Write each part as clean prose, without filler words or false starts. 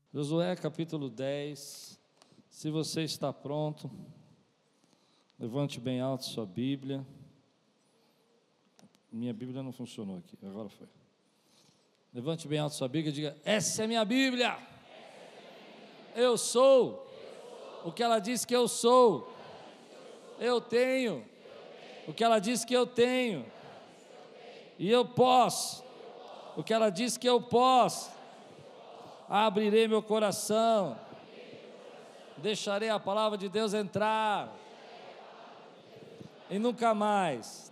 Josué capítulo 10, se você está pronto, levante bem alto sua Bíblia. Minha Bíblia não funcionou aqui, agora foi. Levante bem alto sua Bíblia e diga: essa é minha Bíblia. Eu sou o que ela diz que eu sou. Eu tenho o que ela diz que eu tenho. E eu posso o que ela diz que eu posso. Abrirei meu coração, deixarei a palavra de Deus entrar, e nunca mais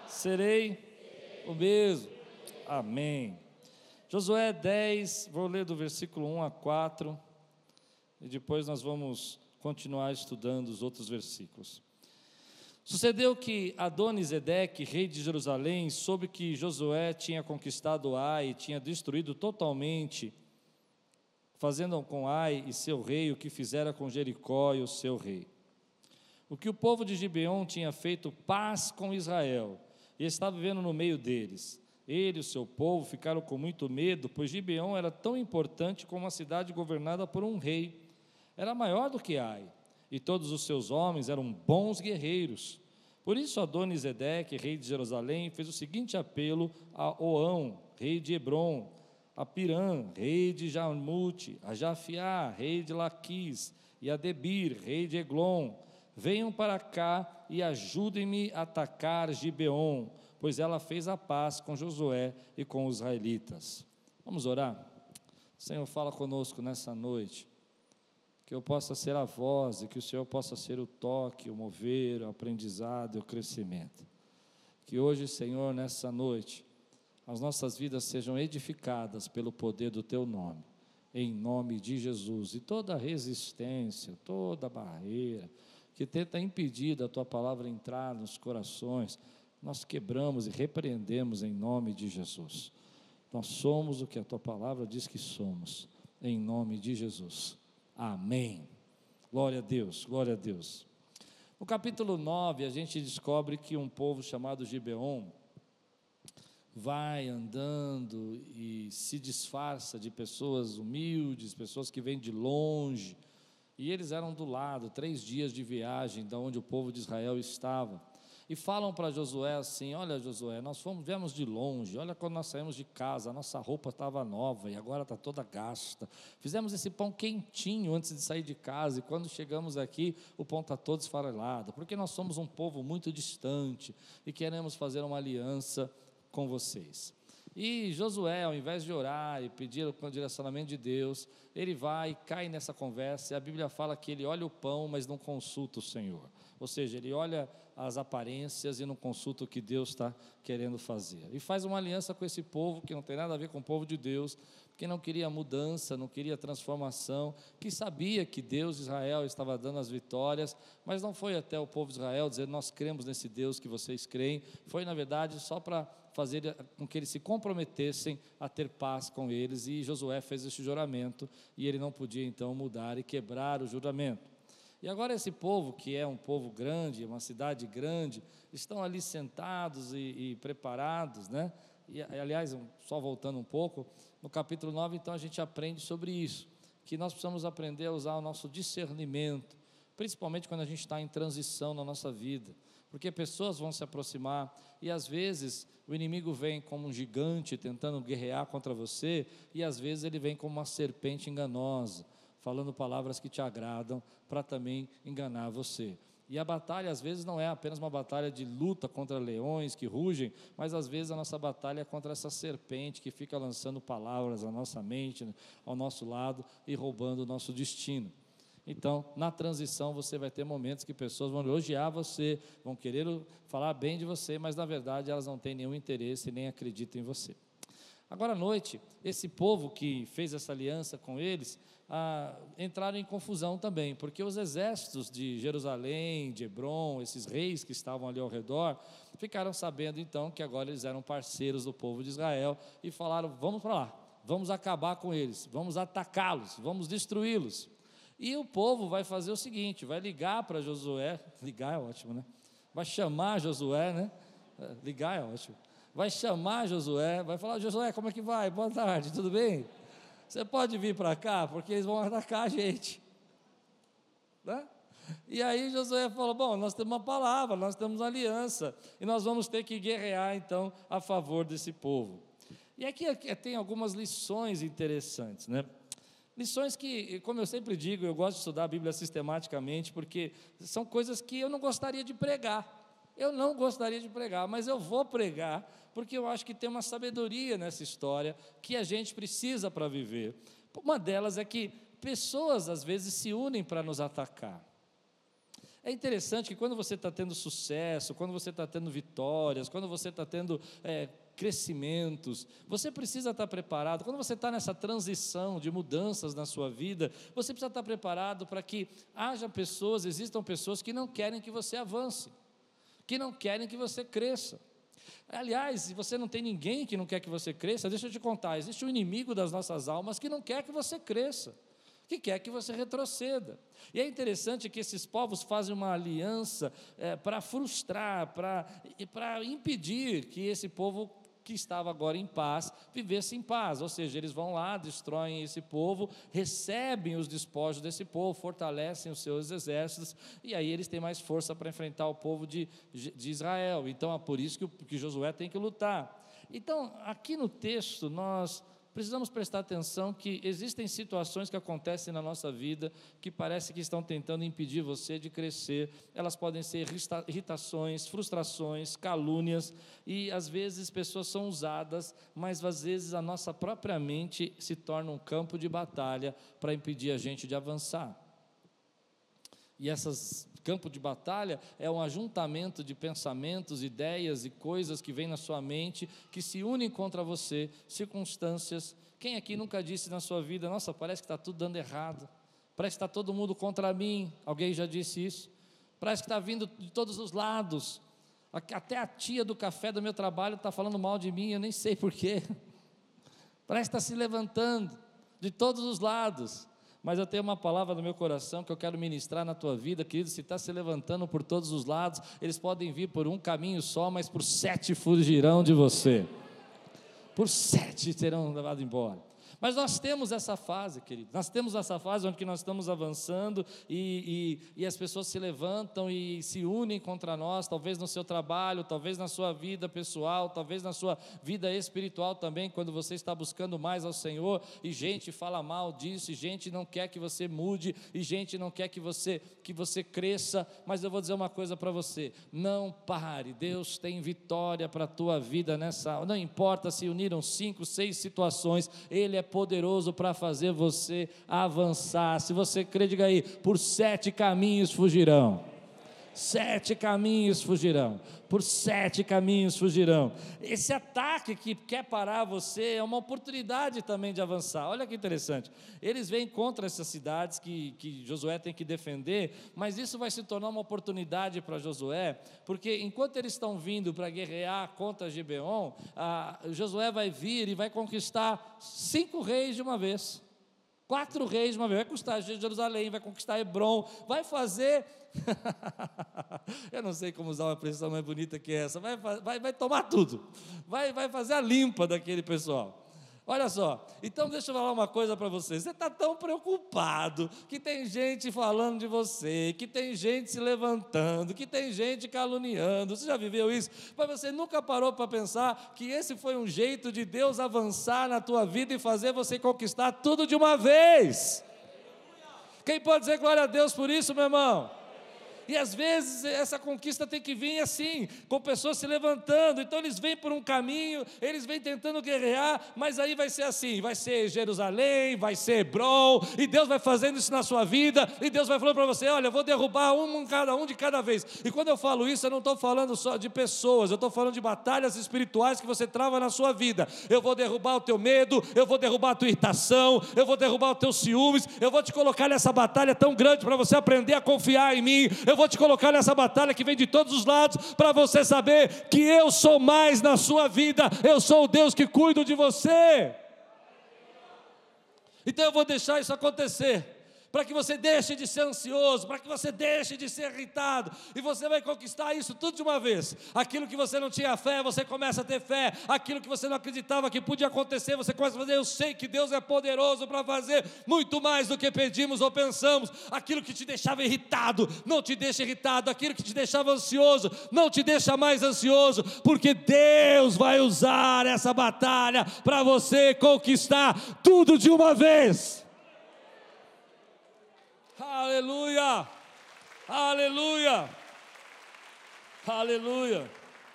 serei o mesmo. Amém. Josué 10, vou ler do versículo 1 a 4, e depois nós vamos continuar estudando os outros versículos. Sucedeu que Adoni-Zedeque, rei de Jerusalém, soube que Josué tinha conquistado Ai e tinha destruído totalmente, fazendo com Ai e seu rei o que fizera com Jericó e o seu rei. O que o povo de Gibeon tinha feito paz com Israel, e estava vivendo no meio deles. Ele e o seu povo ficaram com muito medo, pois Gibeon era tão importante como uma cidade governada por um rei. Era maior do que Ai, e todos os seus homens eram bons guerreiros. Por isso Adoni-Zedeque, rei de Jerusalém, fez o seguinte apelo a Oão, rei de Hebron, a Pirã, rei de Jarmute, a Jafiá, rei de Laquis, e a Debir, rei de Eglon: venham para cá e ajudem-me a atacar Gibeon, pois ela fez a paz com Josué e com os israelitas. Vamos orar? Senhor, fala conosco nessa noite, que eu possa ser a voz e que o Senhor possa ser o toque, o mover, o aprendizado e o crescimento. Que hoje, Senhor, nessa noite, as nossas vidas sejam edificadas pelo poder do Teu nome, em nome de Jesus. E toda resistência, toda barreira que tenta impedir da Tua palavra entrar nos corações, nós quebramos e repreendemos em nome de Jesus. Nós somos o que a Tua palavra diz que somos, em nome de Jesus. Amém. Glória a Deus, glória a Deus. No capítulo 9, a gente descobre que um povo chamado Gibeon vai andando e se disfarça de pessoas humildes, pessoas que vêm de longe, e eles eram do lado, 3 dias de viagem da onde o povo de Israel estava, e falam para Josué assim: olha, Josué, nós viemos de longe, olha, quando nós saímos de casa, a nossa roupa estava nova e agora está toda gasta, fizemos esse pão quentinho antes de sair de casa, e quando chegamos aqui, o pão está todo esfarelado, porque nós somos um povo muito distante, e queremos fazer uma aliança com vocês. E Josué, ao invés de orar e pedir o direcionamento de Deus, ele vai e cai nessa conversa, e a Bíblia fala que ele olha o pão, mas não consulta o Senhor, ou seja, ele olha as aparências e não consulta o que Deus está querendo fazer, e faz uma aliança com esse povo, que não tem nada a ver com o povo de Deus, que não queria mudança, não queria transformação, que sabia que Deus, Israel, estava dando as vitórias, mas não foi até o povo de Israel dizer: nós cremos nesse Deus que vocês creem, foi na verdade só para fazer com que eles se comprometessem a ter paz com eles, e Josué fez esse juramento, e ele não podia então mudar e quebrar o juramento. E agora esse povo, que é um povo grande, uma cidade grande, estão ali sentados e preparados, né? E aliás, só voltando um pouco, no capítulo 9, então a gente aprende sobre isso, que nós precisamos aprender a usar o nosso discernimento, principalmente quando a gente está em transição na nossa vida, porque pessoas vão se aproximar, e às vezes o inimigo vem como um gigante tentando guerrear contra você, e às vezes ele vem como uma serpente enganosa, falando palavras que te agradam, para também enganar você. E a batalha às vezes não é apenas uma batalha de luta contra leões que rugem, mas às vezes a nossa batalha é contra essa serpente que fica lançando palavras à nossa mente, ao nosso lado, e roubando o nosso destino. Então, na transição, você vai ter momentos que pessoas vão elogiar você, vão querer falar bem de você, mas na verdade elas não têm nenhum interesse e nem acreditam em você. Agora à noite, esse povo que fez essa aliança com eles, entraram em confusão também, porque os exércitos de Jerusalém, de Hebron, esses reis que estavam ali ao redor, ficaram sabendo então que agora eles eram parceiros do povo de Israel, e falaram: vamos para lá, vamos acabar com eles, vamos atacá-los, vamos destruí-los. E o povo vai fazer o seguinte: vai ligar para Josué, ligar é ótimo, né? Vai chamar Josué, né? Ligar é ótimo. Vai chamar Josué, vai falar: Josué, como é que vai? Boa tarde, tudo bem? você pode vir para cá, porque eles vão atacar a gente. Né? E aí Josué falou, bom, nós temos uma palavra, nós temos uma aliança, e nós vamos ter que guerrear então a favor desse povo. E aqui tem algumas lições interessantes, né? Lições que, como eu sempre digo, eu gosto de estudar a Bíblia sistematicamente, porque são coisas que eu não gostaria de pregar. Eu não gostaria de pregar, mas eu vou pregar, porque eu acho que tem uma sabedoria nessa história que a gente precisa para viver. Uma delas é que pessoas às vezes se unem para nos atacar. É interessante que quando você está tendo sucesso, quando você está tendo vitórias, quando você está tendo crescimentos, você precisa estar preparado. Quando você está nessa transição de mudanças na sua vida, você precisa estar preparado para que existam pessoas que não querem que você avance, que não querem que você cresça. Aliás, se você não tem ninguém que não quer que você cresça, deixa eu te contar, existe um inimigo das nossas almas que não quer que você cresça, que quer que você retroceda. E é interessante que esses povos fazem uma aliança para frustrar, para impedir que esse povo que estava agora em paz, vivesse em paz, ou seja, eles vão lá, destroem esse povo, recebem os despojos desse povo, fortalecem os seus exércitos, e aí eles têm mais força para enfrentar o povo de Israel. Então é por isso que Josué tem que lutar. Então, aqui no texto, nós precisamos prestar atenção que existem situações que acontecem na nossa vida que parece que estão tentando impedir você de crescer. Elas podem ser irritações, frustrações, calúnias, e às vezes pessoas são usadas, mas às vezes a nossa própria mente se torna um campo de batalha para impedir a gente de avançar. E esses campos de batalha é um ajuntamento de pensamentos, ideias e coisas que vêm na sua mente, que se unem contra você, circunstâncias. Quem aqui nunca disse na sua vida, nossa, parece que está tudo dando errado, parece que está todo mundo contra mim? Alguém já disse isso? Parece que está vindo de todos os lados, até a tia do café do meu trabalho está falando mal de mim, eu nem sei porquê. Parece que está se levantando de todos os lados. Mas eu tenho uma palavra no meu coração que eu quero ministrar na tua vida, querido. Se está se levantando por todos os lados, eles podem vir por um caminho só, mas por 7 fugirão de você, por 7 serão levados embora. Mas nós temos essa fase, querido, nós temos essa fase onde nós estamos avançando e as pessoas se levantam e se unem contra nós, talvez no seu trabalho, talvez na sua vida pessoal, talvez na sua vida espiritual também, quando você está buscando mais ao Senhor, e gente fala mal disso, e gente não quer que você mude, e gente não quer que você cresça. Mas eu vou dizer uma coisa para você, não pare, Deus tem vitória para a tua vida nessa, não importa se uniram 5, 6 situações, Ele é poderoso para fazer você avançar. Se você crê, diga aí, por 7 caminhos fugirão. 7 caminhos fugirão, por 7 caminhos fugirão. Esse ataque que quer parar você é uma oportunidade também de avançar. Olha que interessante, eles vêm contra essas cidades que Josué tem que defender, mas isso vai se tornar uma oportunidade para Josué, porque enquanto eles estão vindo para guerrear contra Gibeon, Josué vai vir e vai conquistar 5 reis de uma vez, 4 reis de uma vez, vai conquistar Jerusalém, vai conquistar Hebron, vai fazer... eu não sei como usar uma expressão mais bonita que essa, vai tomar tudo, vai fazer a limpa daquele pessoal. Olha só, então deixa eu falar uma coisa para você. Você está tão preocupado que tem gente falando de você, que tem gente se levantando, que tem gente caluniando. Você já viveu isso? Mas você nunca parou para pensar que esse foi um jeito de Deus avançar na tua vida e fazer você conquistar tudo de uma vez? Quem pode dizer glória a Deus por isso, meu irmão? E às vezes essa conquista tem que vir assim, com pessoas se levantando. Então eles vêm por um caminho, eles vêm tentando guerrear, mas aí vai ser assim, vai ser Jerusalém, vai ser Hebron, e Deus vai fazendo isso na sua vida, e Deus vai falando para você, olha, eu vou derrubar um de cada vez. E quando eu falo isso, eu não estou falando só de pessoas, eu estou falando de batalhas espirituais que você trava na sua vida. Eu vou derrubar o teu medo, eu vou derrubar a tua irritação, eu vou derrubar os teus ciúmes, eu vou te colocar nessa batalha tão grande para você aprender a confiar em mim. Eu vou te colocar nessa batalha que vem de todos os lados, para você saber que eu sou mais na sua vida, eu sou o Deus que cuido de você. Então eu vou deixar isso acontecer, para que você deixe de ser ansioso, para que você deixe de ser irritado, e você vai conquistar isso tudo de uma vez. Aquilo que você não tinha fé, você começa a ter fé. Aquilo que você não acreditava que podia acontecer, você começa a fazer. Eu sei que Deus é poderoso para fazer muito mais do que pedimos ou pensamos. Aquilo que te deixava irritado, não te deixa irritado. Aquilo que te deixava ansioso, não te deixa mais ansioso, porque Deus vai usar essa batalha para você conquistar tudo de uma vez. Aleluia, aleluia, aleluia.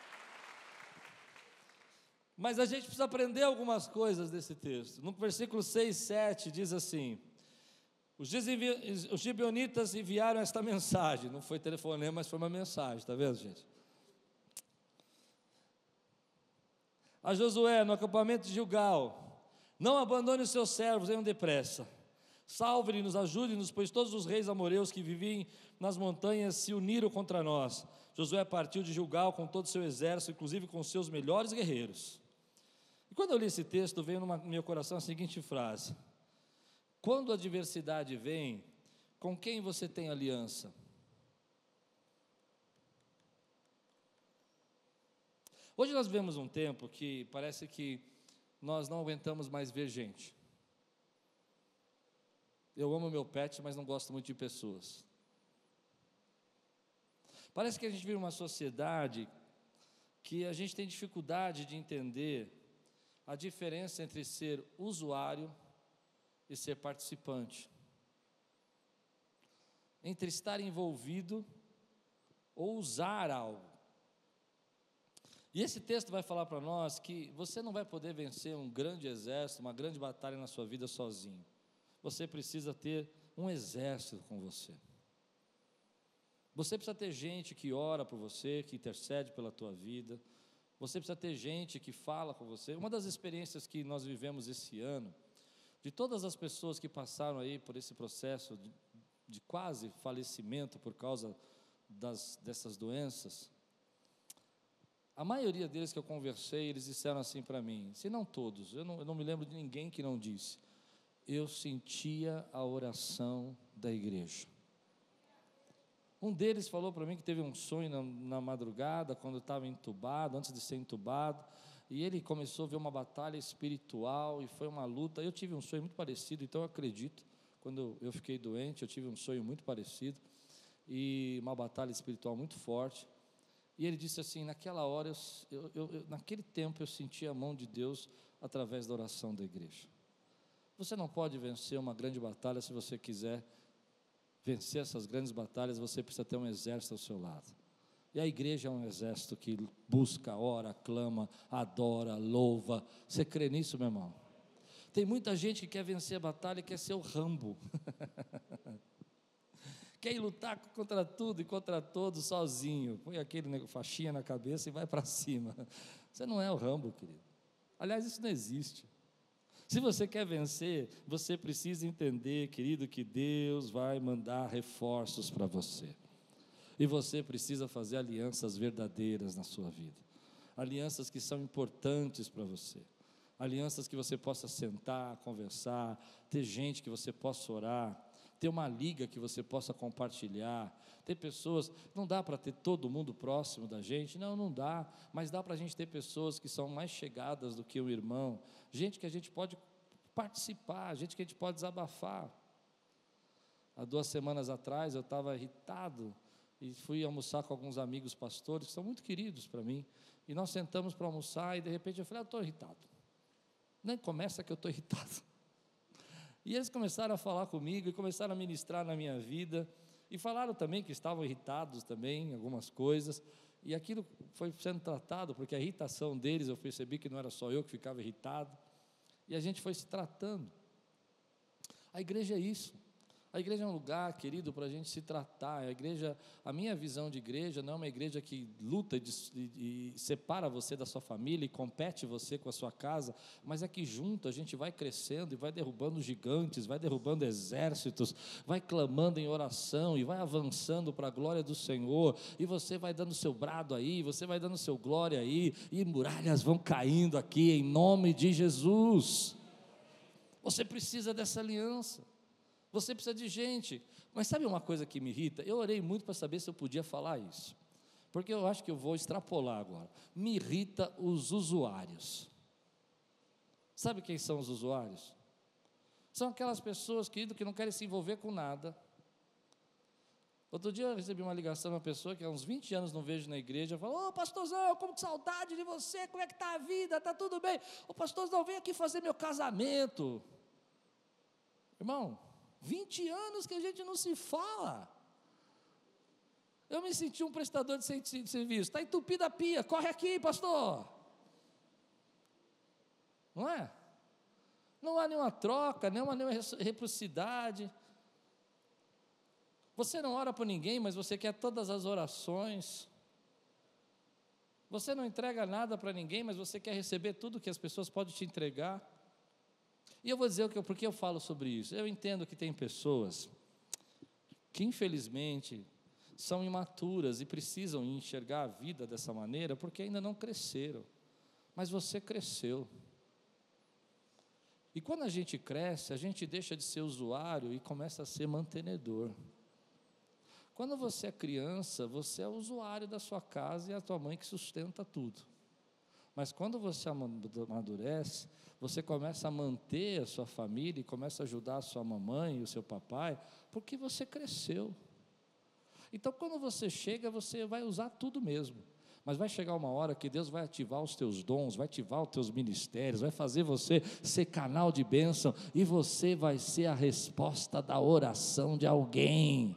Mas a gente precisa aprender algumas coisas desse texto. No versículo 6, 7 diz assim: os gibeonitas enviaram esta mensagem. Não foi telefonema, mas foi uma mensagem, está vendo, gente? A Josué, no acampamento de Gilgal: não abandone os seus servos, venham depressa. Salve-nos, ajude-nos, pois todos os reis amoreus que viviam nas montanhas se uniram contra nós. Josué partiu de Gilgal com todo o seu exército, inclusive com os seus melhores guerreiros. E quando eu li esse texto, veio no meu coração a seguinte frase: quando a adversidade vem, com quem você tem aliança? Hoje nós vivemos um tempo que parece que nós não aguentamos mais ver gente. Eu amo meu pet, mas não gosto muito de pessoas. Parece que a gente vive uma sociedade que a gente tem dificuldade de entender a diferença entre ser usuário e ser participante, entre estar envolvido ou usar algo. E esse texto vai falar para nós que você não vai poder vencer um grande exército, uma grande batalha na sua vida sozinho. Você precisa ter um exército com você. Você precisa ter gente que ora por você, que intercede pela tua vida. Você precisa ter gente que fala com você. Uma das experiências que nós vivemos esse ano, de todas as pessoas que passaram aí por esse processo de quase falecimento por causa dessas doenças, a maioria deles que eu conversei, eles disseram assim para mim, se não todos, eu não me lembro de ninguém que não disse: eu sentia a oração da igreja. Um deles falou para mim que teve um sonho na madrugada, quando estava entubado, antes de ser entubado, e ele começou a ver uma batalha espiritual, e foi uma luta. Eu tive um sonho muito parecido, então eu acredito, quando eu fiquei doente, eu tive um sonho muito parecido, e uma batalha espiritual muito forte. E ele disse assim: naquela hora, naquele tempo eu senti a mão de Deus através da oração da igreja. Você não pode vencer uma grande batalha. Se você quiser vencer essas grandes batalhas, você precisa ter um exército ao seu lado. E a igreja é um exército que busca, ora, clama, adora, louva. Você crê nisso, meu irmão? Tem muita gente que quer vencer a batalha e quer ser o Rambo. Quer ir lutar contra tudo e contra todos sozinho. Põe aquele faixinha na cabeça e vai para cima. Você não é o Rambo, querido. Aliás, isso não existe. Se você quer vencer, você precisa entender, querido, que Deus vai mandar reforços para você. E você precisa fazer alianças verdadeiras na sua vida. Alianças que são importantes para você. Alianças que você possa sentar, conversar, ter gente que você possa orar, ter uma liga que você possa compartilhar, ter pessoas. Não dá para ter todo mundo próximo da gente, não dá, mas dá para a gente ter pessoas que são mais chegadas do que um irmão, gente que a gente pode participar, gente que a gente pode desabafar. Há 2 semanas atrás eu estava irritado e fui almoçar com alguns amigos pastores que são muito queridos para mim, e nós sentamos para almoçar e de repente eu falei: eu estou irritado. Nem começa que eu estou irritado. E eles começaram a falar comigo e começaram a ministrar na minha vida, e falaram também que estavam irritados também em algumas coisas, e aquilo foi sendo tratado, porque a irritação deles, eu percebi que não era só eu que ficava irritado, e a gente foi se tratando. A igreja é isso. A igreja é um lugar, querido, para a gente se tratar. A minha visão de igreja não é uma igreja que luta e separa você da sua família e compete você com a sua casa, mas é que junto a gente vai crescendo e vai derrubando gigantes, vai derrubando exércitos, vai clamando em oração e vai avançando para a glória do Senhor, e você vai dando seu brado aí, você vai dando seu glória aí, e muralhas vão caindo aqui em nome de Jesus. Você precisa dessa aliança. Você precisa de gente. Mas sabe uma coisa que me irrita? Eu orei muito para saber se eu podia falar isso, porque eu acho que eu vou extrapolar agora. Me irrita os usuários. Sabe quem são os usuários? São aquelas pessoas, querido, que não querem se envolver com nada. Outro dia eu recebi uma ligação de uma pessoa que há uns 20 anos não vejo na igreja, falou: ô pastorzão, como que saudade de você, como é que está a vida, está tudo bem? Ô pastorzão, vem aqui fazer meu casamento. Irmão, 20 anos que a gente não se fala. Eu me senti um prestador de serviço, está entupida a pia, corre aqui, pastor. Não é? Não há nenhuma troca, nenhuma reciprocidade. Você não ora por ninguém, mas você quer todas as orações. Você não entrega nada para ninguém, mas você quer receber tudo que as pessoas podem te entregar. E eu vou dizer por que eu falo sobre isso. Eu entendo que tem pessoas que, infelizmente, são imaturas e precisam enxergar a vida dessa maneira, porque ainda não cresceram. Mas você cresceu. E quando a gente cresce, a gente deixa de ser usuário e começa a ser mantenedor. Quando você é criança, você é usuário da sua casa e é a tua mãe que sustenta tudo. Mas quando você amadurece, você começa a manter a sua família e começa a ajudar a sua mamãe e o seu papai, porque você cresceu. Então, quando você chega, você vai usar tudo mesmo. Mas vai chegar uma hora que Deus vai ativar os teus dons, vai ativar os teus ministérios, vai fazer você ser canal de bênção, e você vai ser a resposta da oração de alguém.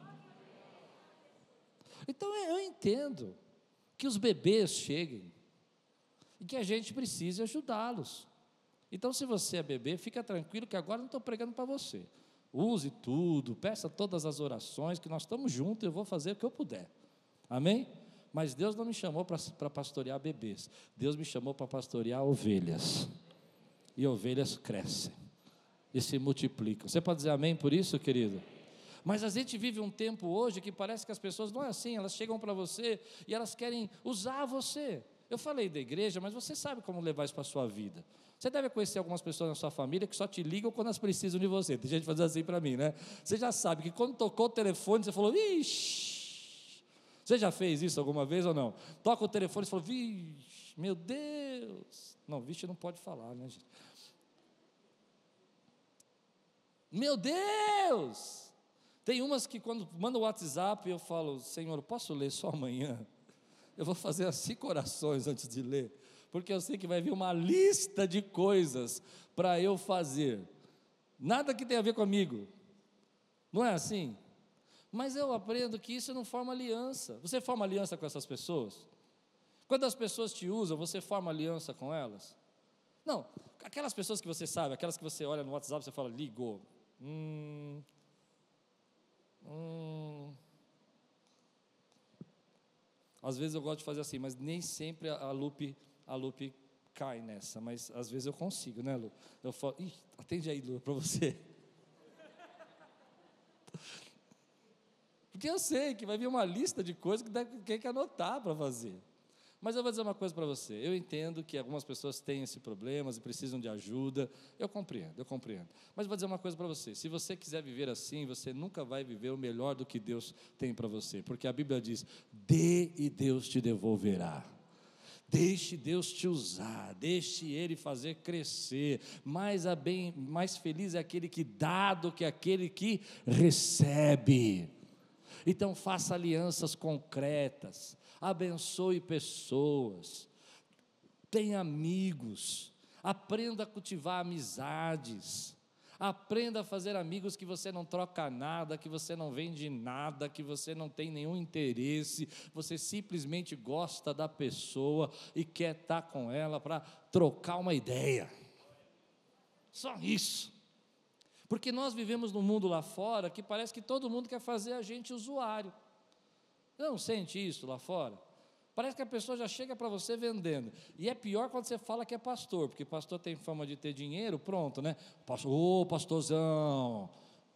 Então eu entendo que os bebês cheguem, e que a gente precise ajudá-los. Então, se você é bebê, fica tranquilo que agora não estou pregando para você. Use tudo, peça todas as orações, que nós estamos juntos, eu vou fazer o que eu puder. Amém? Mas Deus não me chamou para pastorear bebês. Deus me chamou para pastorear ovelhas. E ovelhas crescem e se multiplicam. Você pode dizer amém por isso, querido? Mas a gente vive um tempo hoje que parece que as pessoas não é assim. Elas chegam para você e elas querem usar você. Eu falei da igreja, mas você sabe como levar isso para a sua vida. Você deve conhecer algumas pessoas na sua família que só te ligam quando elas precisam de você. Tem gente fazendo assim para mim, né? Você já sabe que quando tocou o telefone, você falou: ixi. Você já fez isso alguma vez ou não? Toca o telefone e fala: vixe, meu Deus. Não, vixe não pode falar, né, gente? Meu Deus! Tem umas que quando manda o WhatsApp, eu falo: Senhor, posso ler só amanhã? Eu vou fazer as 5 orações antes de ler, porque eu sei que vai vir uma lista de coisas para eu fazer. Nada que tenha a ver comigo. Não é assim? Mas eu aprendo que isso não forma aliança. Você forma aliança com essas pessoas? Quando as pessoas te usam, você forma aliança com elas? Não, aquelas pessoas que você sabe, aquelas que você olha no WhatsApp, você fala: ligou. Às vezes eu gosto de fazer assim, mas nem sempre a Lupe cai nessa, mas às vezes eu consigo, né, Lu? Eu falo: atende aí, Lu, para você. Porque eu sei que vai vir uma lista de coisas que tem que anotar para fazer. Mas eu vou dizer uma coisa para você. Eu entendo que algumas pessoas têm esses problemas e precisam de ajuda. Eu compreendo. Mas eu vou dizer uma coisa para você. Se você quiser viver assim, você nunca vai viver o melhor do que Deus tem para você. Porque a Bíblia diz: dê e Deus te devolverá. Deixe Deus te usar, deixe Ele fazer crescer. Mais feliz é aquele que dá do que aquele que recebe. Então faça alianças concretas, abençoe pessoas, tenha amigos, aprenda a cultivar amizades, aprenda a fazer amigos que você não troca nada, que você não vende nada, que você não tem nenhum interesse, você simplesmente gosta da pessoa e quer estar com ela para trocar uma ideia. Só isso. Porque nós vivemos num mundo lá fora que parece que todo mundo quer fazer a gente usuário. Não sente isso lá fora? Parece que a pessoa já chega para você vendendo. E é pior quando você fala que é pastor, porque pastor tem fama de ter dinheiro, pronto, né? Ô, pastorzão,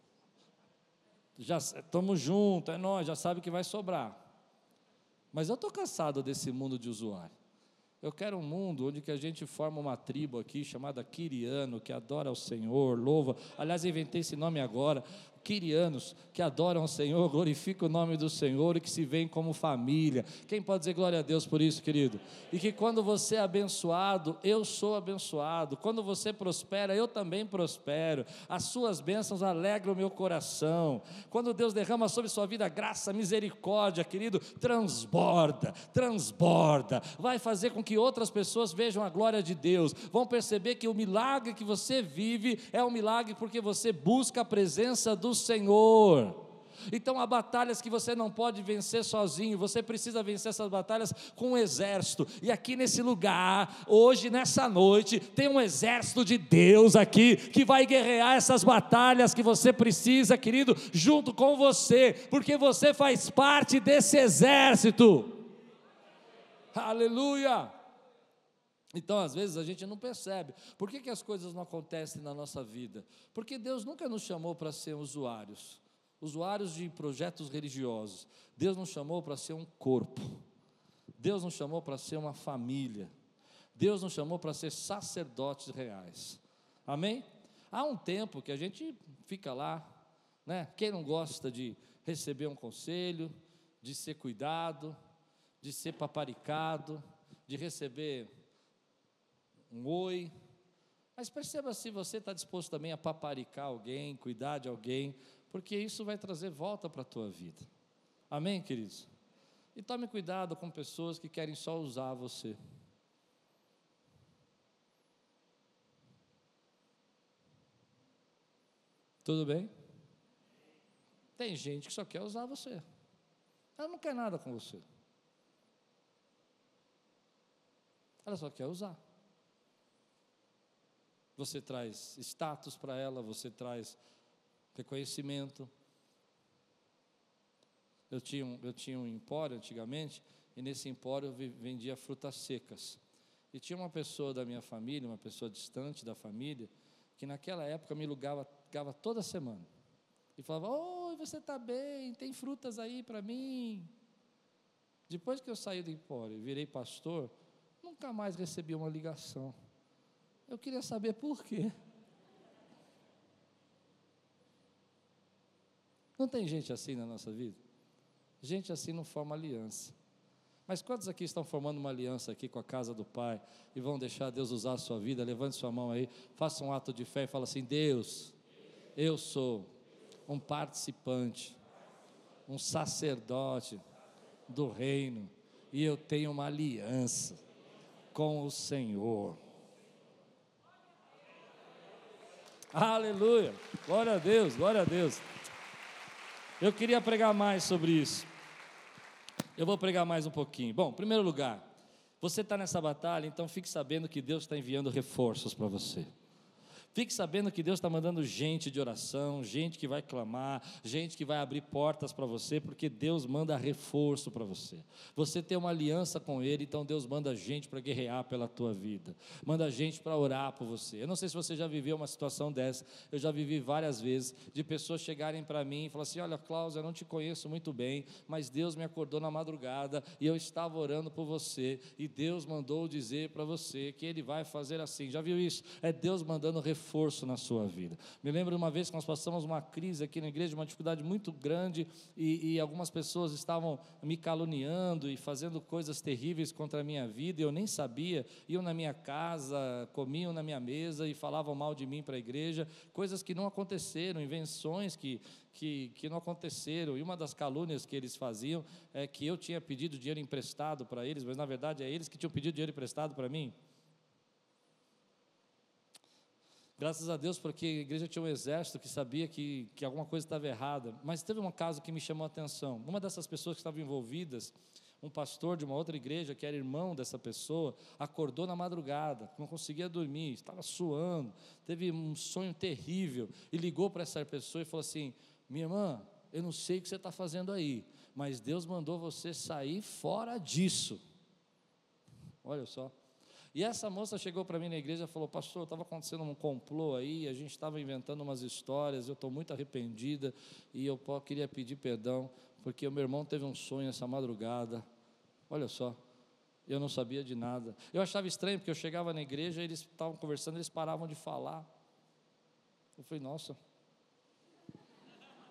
já estamos juntos, é nós, já sabe que vai sobrar. Mas eu estou cansado desse mundo de usuário. Eu quero um mundo onde que a gente forma uma tribo aqui, chamada Quiriano, que adora ao Senhor, louva. Aliás, eu inventei esse nome agora. quirianos, que adoram o Senhor, glorificam o nome do Senhor e que se veem como família. Quem pode dizer glória a Deus por isso, querido? E que quando você é abençoado, eu sou abençoado. Quando você prospera, eu também prospero. As suas bênçãos alegram o meu coração. Quando Deus derrama sobre sua vida graça, misericórdia, querido, transborda, transborda. Vai fazer com que outras pessoas vejam a glória de Deus. Vão perceber que o milagre que você vive é um milagre porque você busca a presença do Senhor. Então há batalhas que você não pode vencer sozinho, você precisa vencer essas batalhas com um exército, e aqui nesse lugar, hoje, nessa noite, tem um exército de Deus aqui, que vai guerrear essas batalhas que você precisa, querido, junto com você, porque você faz parte desse exército, aleluia. Então às vezes a gente não percebe, por que as coisas não acontecem na nossa vida? Porque Deus nunca nos chamou para ser usuários de projetos religiosos. Deus nos chamou para ser um corpo. Deus nos chamou para ser uma família. Deus nos chamou para ser sacerdotes reais. Amém? Há um tempo que a gente fica lá, né? Quem não gosta de receber um conselho, de ser cuidado, de ser paparicado, de receber um oi. Mas perceba se você está disposto também a paparicar alguém, cuidar de alguém, porque isso vai trazer volta para a tua vida. Amém, queridos? E tome cuidado com pessoas que querem só usar você. Tudo bem? Tem gente que só quer usar você. Ela não quer nada com você. Ela só quer usar. Você traz status para ela, você traz reconhecimento. Eu tinha um empório antigamente, e nesse empório eu vendia frutas secas. E tinha uma pessoa da minha família, uma pessoa distante da família, que naquela época me ligava toda semana. E falava: oi, você está bem? Tem frutas aí para mim? Depois que eu saí do empório e virei pastor, nunca mais recebi uma ligação. Eu queria saber por quê. Não tem gente assim na nossa vida? Gente assim não forma aliança. Mas quantos aqui estão formando uma aliança aqui com a casa do Pai e vão deixar Deus usar a sua vida? Levante sua mão aí, faça um ato de fé e fala assim: Deus, eu sou um participante, um sacerdote do reino, e eu tenho uma aliança com o Senhor. Aleluia, glória a Deus, glória a Deus. Eu queria pregar mais sobre isso. Eu vou pregar mais um pouquinho. Bom, em primeiro lugar, você está nessa batalha, então fique sabendo que Deus está enviando reforços para você. Fique sabendo que Deus está mandando gente de oração, gente que vai clamar, gente que vai abrir portas para você, porque Deus manda reforço para você. Você tem uma aliança com Ele, então Deus manda gente para guerrear pela tua vida, manda gente para orar por você. Eu não sei se você já viveu uma situação dessa, eu já vivi várias vezes, de pessoas chegarem para mim e falar assim: olha, Cláudio, eu não te conheço muito bem, mas Deus me acordou na madrugada e eu estava orando por você, e Deus mandou dizer para você que Ele vai fazer assim. Já viu isso? É Deus mandando reforço na sua vida. Me lembro uma vez que nós passamos uma crise aqui na igreja, uma dificuldade muito grande, e algumas pessoas estavam me caluniando e fazendo coisas terríveis contra a minha vida, e eu nem sabia. Iam na minha casa, comiam na minha mesa e falavam mal de mim para a igreja, coisas que não aconteceram, invenções que não aconteceram. E uma das calúnias que eles faziam é que eu tinha pedido dinheiro emprestado para eles, mas na verdade é eles que tinham pedido dinheiro emprestado para mim. Graças a Deus, porque a igreja tinha um exército que sabia que alguma coisa estava errada. Mas teve um caso que me chamou a atenção. Uma dessas pessoas que estavam envolvidas, um pastor de uma outra igreja, que era irmão dessa pessoa, acordou na madrugada, não conseguia dormir, estava suando, teve um sonho terrível, e ligou para essa pessoa e falou assim: minha irmã, eu não sei o que você está fazendo aí, mas Deus mandou você sair fora disso. Olha só. E essa moça chegou para mim na igreja e falou: pastor, estava acontecendo um complô aí, a gente estava inventando umas histórias, eu estou muito arrependida, e eu queria pedir perdão, porque o meu irmão teve um sonho essa madrugada. Olha só, eu não sabia de nada. Eu achava estranho, porque eu chegava na igreja, eles estavam conversando, eles paravam de falar. Eu falei: nossa.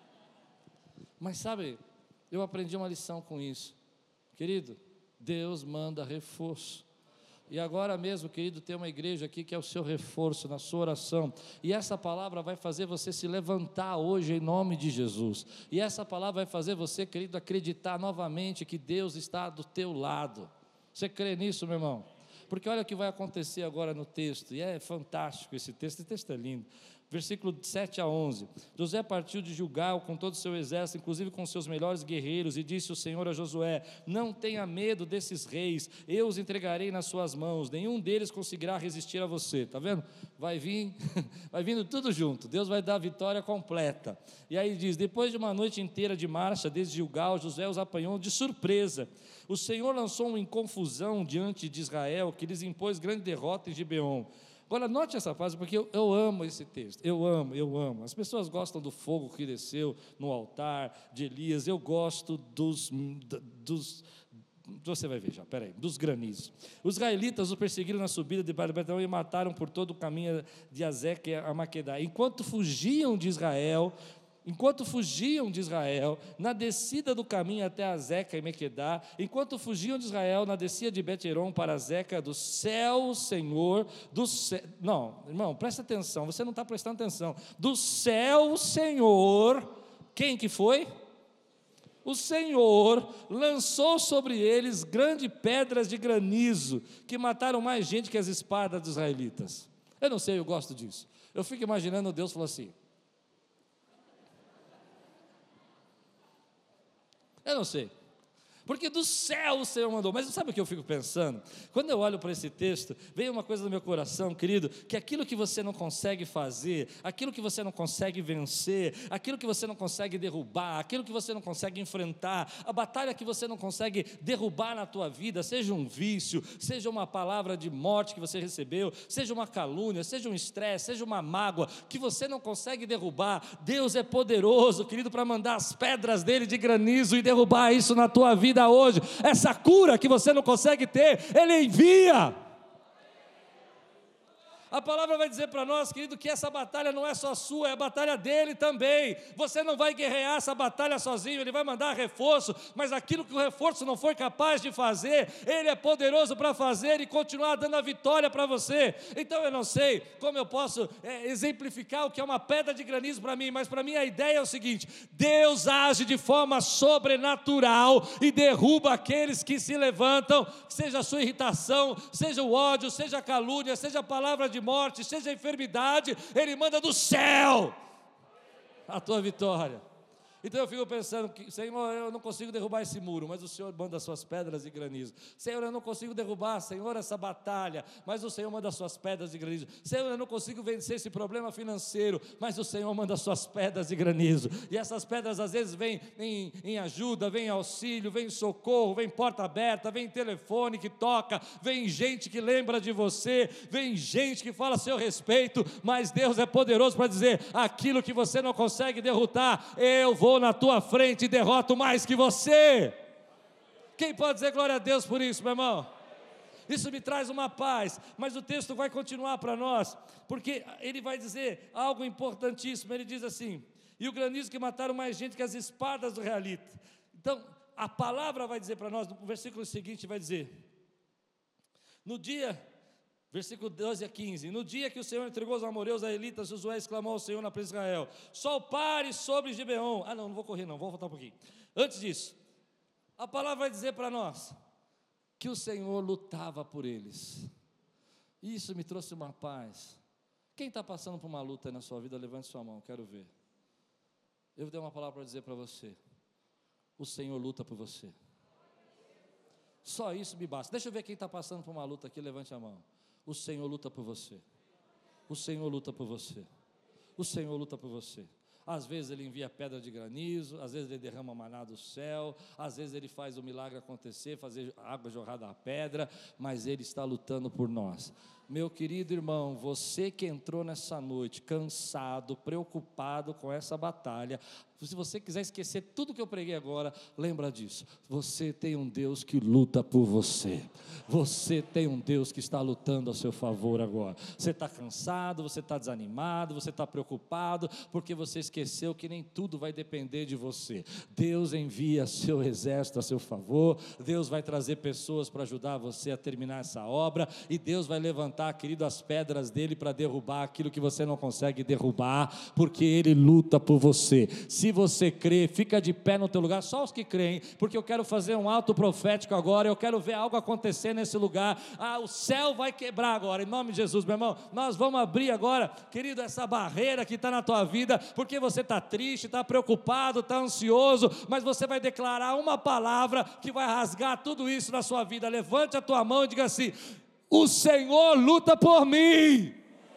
Mas sabe, eu aprendi uma lição com isso. Querido, Deus manda reforço. E agora mesmo, querido, tem uma igreja aqui que é o seu reforço na sua oração. E essa palavra vai fazer você se levantar hoje em nome de Jesus. E essa palavra vai fazer você, querido, acreditar novamente que Deus está do teu lado. Você crê nisso, meu irmão? Porque olha o que vai acontecer agora no texto. E é fantástico esse texto é lindo. Versículo 7 a 11, José partiu de Gilgal com todo o seu exército, inclusive com seus melhores guerreiros, e disse o Senhor a Josué: não tenha medo desses reis, eu os entregarei nas suas mãos, nenhum deles conseguirá resistir a você. Está vendo? Vai vir, vai vindo tudo junto, Deus vai dar a vitória completa. E aí diz: depois de uma noite inteira de marcha desde Gilgal, Josué os apanhou de surpresa. O Senhor lançou-os em confusão diante de Israel, que lhes impôs grande derrota em Gibeon. Agora, note essa frase, porque eu amo esse texto, eu amo. As pessoas gostam do fogo que desceu no altar de Elias, eu gosto você vai ver já, dos granizos. Os israelitas os perseguiram na subida de Baal-Betão e mataram por todo o caminho de Azeque a Maquedá. Enquanto fugiam de Israel, na descida do caminho até Azeca e Mequedá, enquanto fugiam de Israel, na descida de Bet-Horon para Azeca, do céu, Senhor, não, irmão, presta atenção, você não está prestando atenção, do céu, Senhor, quem que foi? O Senhor lançou sobre eles grandes pedras de granizo, que mataram mais gente que as espadas dos israelitas. Eu não sei, eu gosto disso, eu fico imaginando Deus falou assim, eu não sei, porque do céu o Senhor mandou. Mas sabe o que eu fico pensando? Quando eu olho para esse texto, vem uma coisa no meu coração, querido, que aquilo que você não consegue fazer, aquilo que você não consegue vencer, aquilo que você não consegue derrubar, aquilo que você não consegue enfrentar, a batalha que você não consegue derrubar na tua vida, seja um vício, seja uma palavra de morte que você recebeu, seja uma calúnia, seja um estresse, seja uma mágoa, que você não consegue derrubar, Deus é poderoso, querido, para mandar as pedras dele de granizo e derrubar isso na tua vida hoje. Essa cura que você não consegue ter, Ele envia. A palavra vai dizer para nós, querido, que essa batalha não é só sua, é a batalha dele também. Você não vai guerrear essa batalha sozinho, ele vai mandar reforço, mas aquilo que o reforço não foi capaz de fazer, ele é poderoso para fazer e continuar dando a vitória para você. Então eu não sei como eu posso exemplificar o que é uma pedra de granizo para mim, mas para mim a ideia é o seguinte: Deus age de forma sobrenatural e derruba aqueles que se levantam, seja a sua irritação, seja o ódio, seja a calúnia, seja a palavra de morte, seja a enfermidade, Ele manda do céu a tua vitória. Então eu fico pensando, Senhor, eu não consigo derrubar esse muro, mas o Senhor manda as suas pedras de granizo. Senhor, eu não consigo derrubar, Senhor, essa batalha, mas o Senhor manda as suas pedras de granizo. Senhor, eu não consigo vencer esse problema financeiro, mas o Senhor manda as suas pedras de granizo. E essas pedras às vezes vêm em ajuda, vêm em auxílio, vêm em socorro, vem porta aberta, vem telefone que toca, vem gente que lembra de você, vem gente que fala a seu respeito, mas Deus é poderoso para dizer: aquilo que você não consegue derrotar, eu vou na tua frente e derroto mais que você. Quem pode dizer glória a Deus por isso, meu irmão? Isso me traz uma paz, mas o texto vai continuar para nós, porque ele vai dizer algo importantíssimo. Ele diz assim: e o granizo que mataram mais gente que as espadas do Israelita. Então a palavra vai dizer para nós, no versículo seguinte vai dizer, no dia, versículo 12 a 15, no dia que o Senhor entregou os amorreus a Elitas, Josué exclamou ao Senhor na presença de Israel: sol pare sobre Gibeon. Não vou correr não, vou voltar um pouquinho. Antes disso, a palavra vai dizer para nós que o Senhor lutava por eles. Isso me trouxe uma paz. Quem está passando por uma luta aí na sua vida, levante sua mão, quero ver. Eu tenho uma palavra para dizer para você: o Senhor luta por você. Só isso me basta. Deixa eu ver quem está passando por uma luta aqui, levante a mão. O Senhor luta por você. O Senhor luta por você. O Senhor luta por você. Às vezes Ele envia pedra de granizo, às vezes Ele derrama maná do céu, às vezes Ele faz o milagre acontecer, fazer água jorrar da pedra, mas Ele está lutando por nós. Meu querido irmão, você que entrou nessa noite cansado, preocupado com essa batalha, se você quiser esquecer tudo que eu preguei agora, lembra disso. Você tem um Deus que luta por você. Você tem um Deus que está lutando a seu favor agora. Você está cansado, você está desanimado, você está preocupado, porque você esqueceu que nem tudo vai depender de você. Deus envia seu exército a seu favor, Deus vai trazer pessoas para ajudar você a terminar essa obra, e Deus vai levantar, querido, as pedras dele para derrubar aquilo que você não consegue derrubar, porque Ele luta por você. Se você crê, fica de pé no teu lugar, só os que creem, porque eu quero fazer um ato profético agora, eu quero ver algo acontecer nesse lugar. O céu vai quebrar agora, em nome de Jesus, meu irmão. Nós vamos abrir agora, querido, essa barreira que está na tua vida, porque você está triste, está preocupado, está ansioso, mas você vai declarar uma palavra que vai rasgar tudo isso na sua vida. Levante a tua mão e diga assim: o Senhor luta por mim.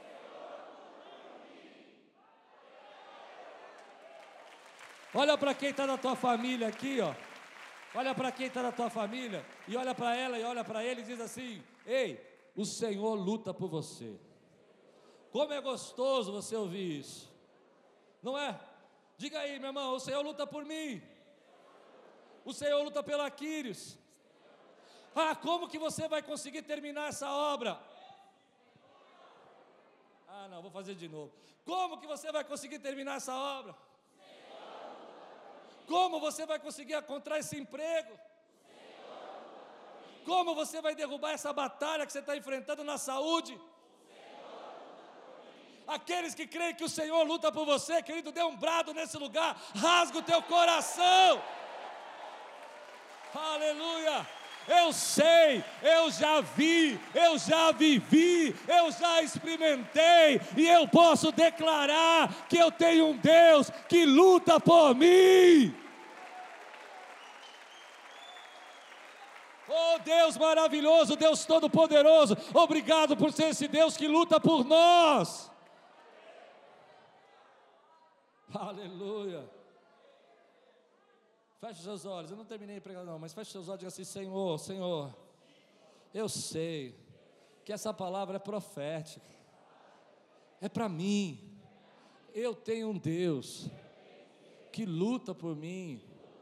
Olha para quem está na tua família aqui, ó. Olha para quem está na tua família, e olha para ela e olha para ele e diz assim: ei, o Senhor luta por você. Como é gostoso você ouvir isso, não é? Diga aí, meu irmão: o Senhor luta por mim. O Senhor luta pelo Aquiles. Como que você vai conseguir terminar essa obra? Não, vou fazer de novo. Como que você vai conseguir terminar essa obra? Como você vai conseguir encontrar esse emprego? Como você vai derrubar essa batalha que você está enfrentando na saúde? Aqueles que creem que o Senhor luta por você, querido, dê um brado nesse lugar, rasga o teu coração. Aleluia! Eu sei, eu já vi, eu já vivi, eu já experimentei, e eu posso declarar que eu tenho um Deus que luta por mim. Oh Deus maravilhoso, Deus todo-poderoso, obrigado por ser esse Deus que luta por nós. Aleluia. Feche os seus olhos, eu não terminei de pregar não, mas feche os seus olhos e diga assim: Senhor, Senhor, eu sei que essa palavra é profética, é para mim. Eu tenho um Deus que luta por mim.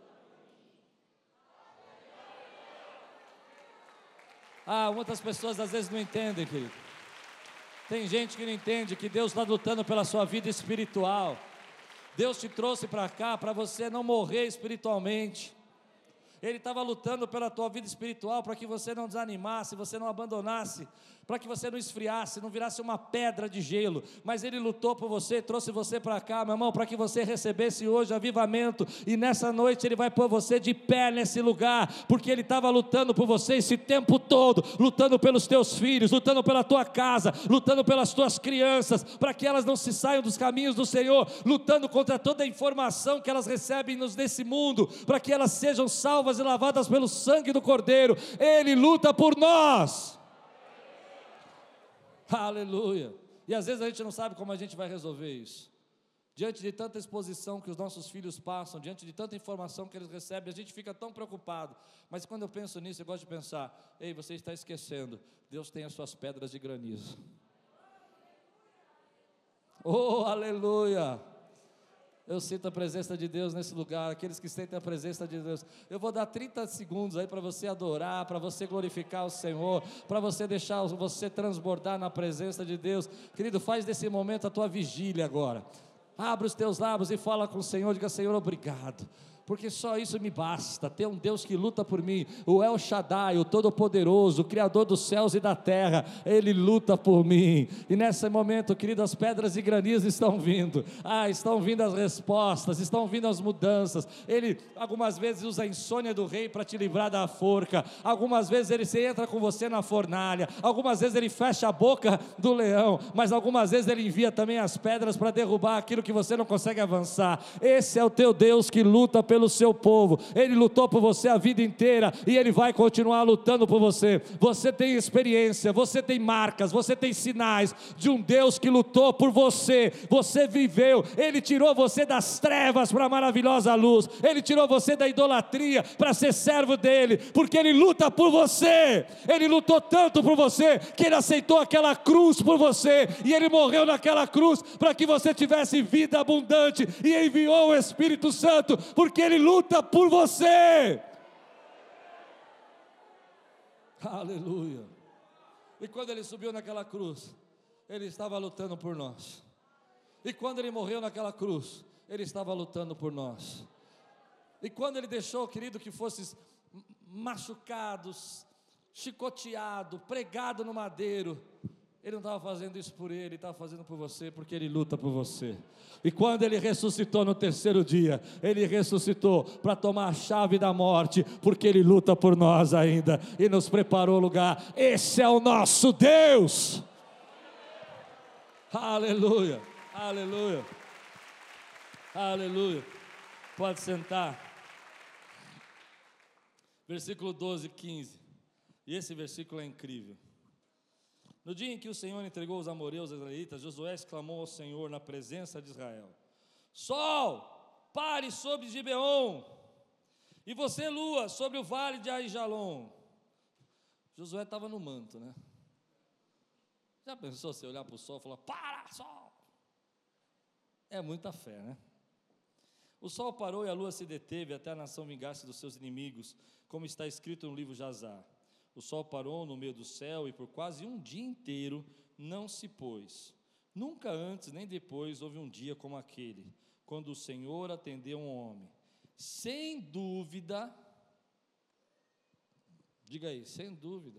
Muitas pessoas às vezes não entendem, querido. Tem gente que não entende que Deus está lutando pela sua vida espiritual. Deus te trouxe para cá para você não morrer espiritualmente. Ele estava lutando pela tua vida espiritual, para que você não desanimasse, você não abandonasse, para que você não esfriasse, não virasse uma pedra de gelo. Mas Ele lutou por você, trouxe você para cá, meu irmão, para que você recebesse hoje avivamento. E nessa noite Ele vai pôr você de pé nesse lugar, porque Ele estava lutando por você esse tempo todo, lutando pelos teus filhos, lutando pela tua casa, lutando pelas tuas crianças, para que elas não se saiam dos caminhos do Senhor, lutando contra toda a informação que elas recebem nesse mundo, para que elas sejam salvas e lavadas pelo sangue do Cordeiro. Ele luta por nós. Aleluia. E às vezes a gente não sabe como a gente vai resolver isso. Diante de tanta exposição que os nossos filhos passam, diante de tanta informação que eles recebem, a gente fica tão preocupado. Mas quando eu penso nisso, eu gosto de pensar: ei, você está esquecendo, Deus tem as suas pedras de granizo. Oh, aleluia. Eu sinto a presença de Deus nesse lugar. Aqueles que sentem a presença de Deus, eu vou dar 30 segundos aí para você adorar, para você glorificar o Senhor, para você deixar você transbordar na presença de Deus. Querido, faz desse momento a tua vigília agora. Abre os teus lábios e fala com o Senhor. Diga: Senhor, obrigado, porque só isso me basta. Ter um Deus que luta por mim, o El Shaddai, o Todo-Poderoso, o Criador dos céus e da terra, Ele luta por mim. E nesse momento, querido, as pedras e granizo estão vindo. Estão vindo as respostas, estão vindo as mudanças. Ele algumas vezes usa a insônia do rei para te livrar da forca. Algumas vezes Ele entra com você na fornalha. Algumas vezes Ele fecha a boca do leão. Mas algumas vezes Ele envia também as pedras para derrubar aquilo que você não consegue avançar. Esse é o teu Deus que luta pelo pelo seu povo, Ele lutou por você a vida inteira, e Ele vai continuar lutando por você. Você tem experiência, você tem marcas, você tem sinais de um Deus que lutou por você. Você viveu, Ele tirou você das trevas para a maravilhosa luz, Ele tirou você da idolatria para ser servo dEle, porque Ele luta por você. Ele lutou tanto por você, que Ele aceitou aquela cruz por você, e Ele morreu naquela cruz para que você tivesse vida abundante, e enviou o Espírito Santo, porque Ele luta por você. Aleluia. E quando Ele subiu naquela cruz, Ele estava lutando por nós. E quando Ele morreu naquela cruz, Ele estava lutando por nós. E quando Ele deixou, querido, que fosses machucados, chicoteado, pregado no madeiro, Ele não estava fazendo isso por Ele estava fazendo por você, porque Ele luta por você. E quando Ele ressuscitou no terceiro dia, Ele ressuscitou para tomar a chave da morte, porque Ele luta por nós ainda, e nos preparou lugar. Esse é o nosso Deus. Aleluia, aleluia, aleluia. Pode sentar. Versículo 12, 15. E esse versículo é incrível. No dia em que o Senhor entregou os amoreus aos israelitas, Josué exclamou ao Senhor na presença de Israel: Sol, pare sobre Gibeon, e você, lua, sobre o vale de Aijalon. Josué estava no manto, né? Já pensou você olhar para o sol e falar: para, sol? É muita fé, né? O sol parou e a lua se deteve até a nação vingar-se dos seus inimigos, como está escrito no livro Jazar. O sol parou no meio do céu e por quase um dia inteiro não se pôs. Nunca antes nem depois houve um dia como aquele, quando o Senhor atendeu um homem. Sem dúvida, diga aí, sem dúvida,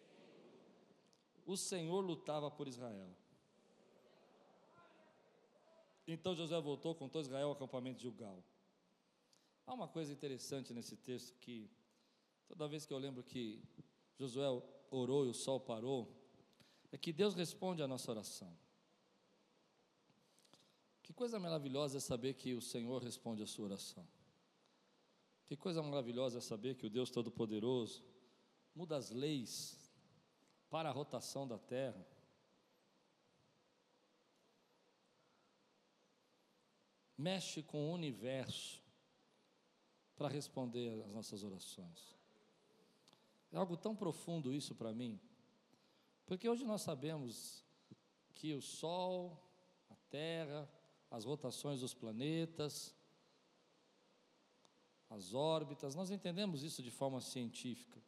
o Senhor lutava por Israel. Então Josué voltou com todo Israel ao acampamento de Gilgal. Há uma coisa interessante nesse texto, que toda vez que eu lembro que Josué orou e o sol parou, é que Deus responde à nossa oração. Que coisa maravilhosa é saber que o Senhor responde à sua oração. Que coisa maravilhosa é saber que o Deus Todo-Poderoso muda as leis para a rotação da terra. Mexe com o universo para responder às nossas orações. É algo tão profundo isso para mim, porque hoje nós sabemos que o Sol, a Terra, as rotações dos planetas, as órbitas, nós entendemos isso de forma científica.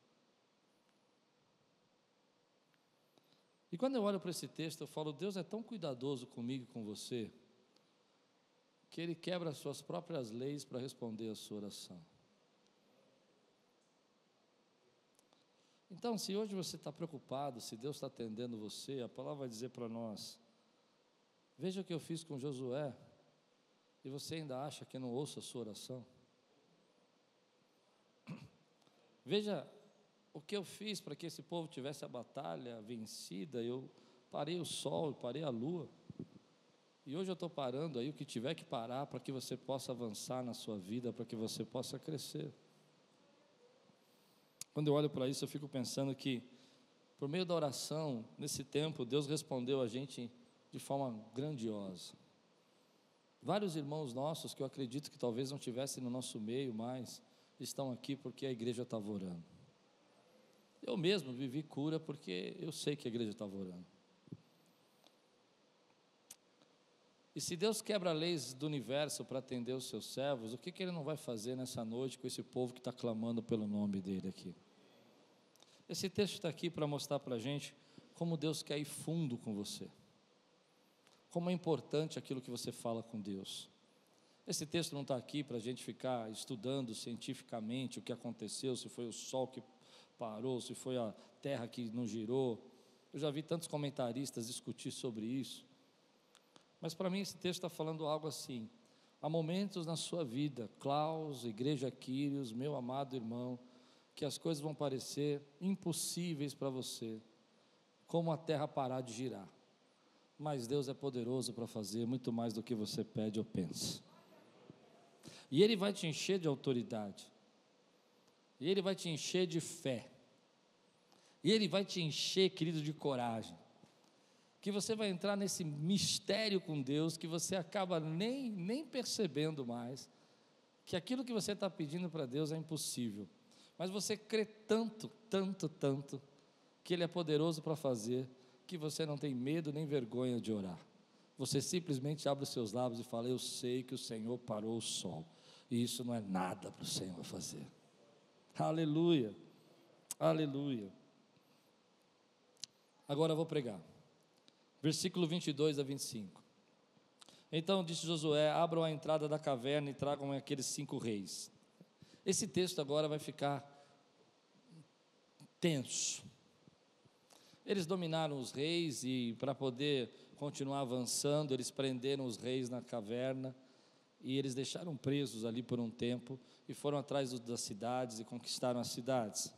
E quando eu olho para esse texto, eu falo: Deus é tão cuidadoso comigo e com você, que Ele quebra as suas próprias leis para responder a sua oração. Então, se hoje você está preocupado, se Deus está atendendo você, a palavra vai dizer para nós: veja o que eu fiz com Josué, e você ainda acha que eu não ouço a sua oração? Veja o que eu fiz para que esse povo tivesse a batalha vencida. Eu parei o sol, parei a lua, e hoje eu estou parando aí o que tiver que parar para que você possa avançar na sua vida, para que você possa crescer. Quando eu olho para isso, eu fico pensando que, por meio da oração, nesse tempo, Deus respondeu a gente de forma grandiosa. Vários irmãos nossos, que eu acredito que talvez não estivessem no nosso meio mais, estão aqui porque a igreja estava orando. Eu mesmo vivi cura porque eu sei que a igreja estava orando. E se Deus quebra leis do universo para atender os seus servos, o que Ele não vai fazer nessa noite com esse povo que está clamando pelo nome dEle aqui? Esse texto está aqui para mostrar para a gente como Deus quer ir fundo com você, como é importante aquilo que você fala com Deus. Esse texto não está aqui para a gente ficar estudando cientificamente o que aconteceu, se foi o sol que parou, se foi a terra que não girou. Eu já vi tantos comentaristas discutir sobre isso. Mas para mim esse texto está falando algo assim: há momentos na sua vida, Klaus, Igreja Quírios, meu amado irmão, que as coisas vão parecer impossíveis para você, como a terra parar de girar. Mas Deus é poderoso para fazer muito mais do que você pede ou pensa. E Ele vai te encher de autoridade. E Ele vai te encher de fé. E Ele vai te encher, querido, de coragem. Que você vai entrar nesse mistério com Deus, que você acaba nem percebendo mais, que aquilo que você está pedindo para Deus é impossível. Mas você crê tanto, tanto, tanto, que Ele é poderoso para fazer, que você não tem medo nem vergonha de orar. Você simplesmente abre os seus lábios e fala: eu sei que o Senhor parou o sol, e isso não é nada para o Senhor fazer. Aleluia, aleluia. Agora eu vou pregar, versículo 22 a 25. Então disse Josué: abram a entrada da caverna e tragam aqueles 5 reis. Esse texto agora vai ficar tenso. Eles dominaram os reis e, para poder continuar avançando, eles prenderam os reis na caverna e eles deixaram presos ali por um tempo e foram atrás das cidades e conquistaram as cidades.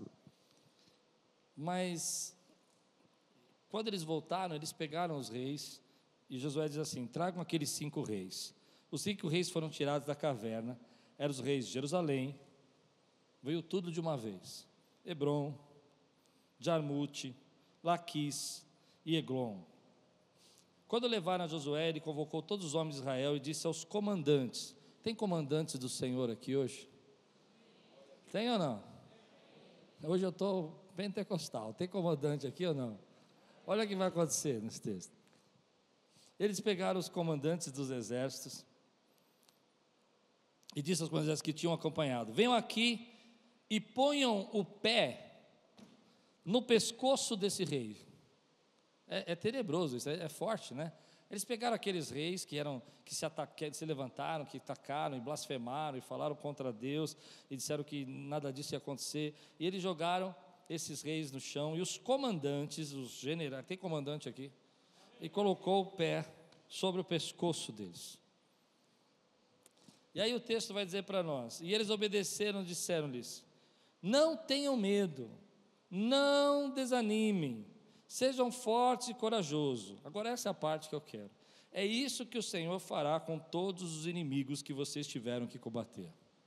Mas quando eles voltaram, eles pegaram os reis e Josué diz assim: tragam aqueles 5 reis. Os 5 reis foram tirados da caverna, eram os reis de Jerusalém, veio tudo de uma vez: Hebrom, Jarmute, Laquis e Eglon. Quando levaram a Josué, ele convocou todos os homens de Israel e disse aos comandantes: tem comandantes do Senhor aqui hoje? Tem ou não? Hoje eu estou pentecostal. Tem comandante aqui ou não? Olha o que vai acontecer nesse texto. Eles pegaram os comandantes dos exércitos e disse aos comandantes que tinham acompanhado: venham aqui e ponham o pé no pescoço desse rei. É tenebroso isso, é forte, né? Eles pegaram aqueles reis que se levantaram, que atacaram e blasfemaram e falaram contra Deus e disseram que nada disso ia acontecer, e eles jogaram esses reis no chão, e os comandantes, os generais, tem comandante aqui, e colocou o pé sobre o pescoço deles. E aí o texto vai dizer para nós: e eles obedeceram, disseram-lhes: não tenham medo, não desanimem, sejam fortes e corajosos. Agora essa é a parte que eu quero. É isso que o Senhor fará com todos os inimigos que vocês tiveram que combater.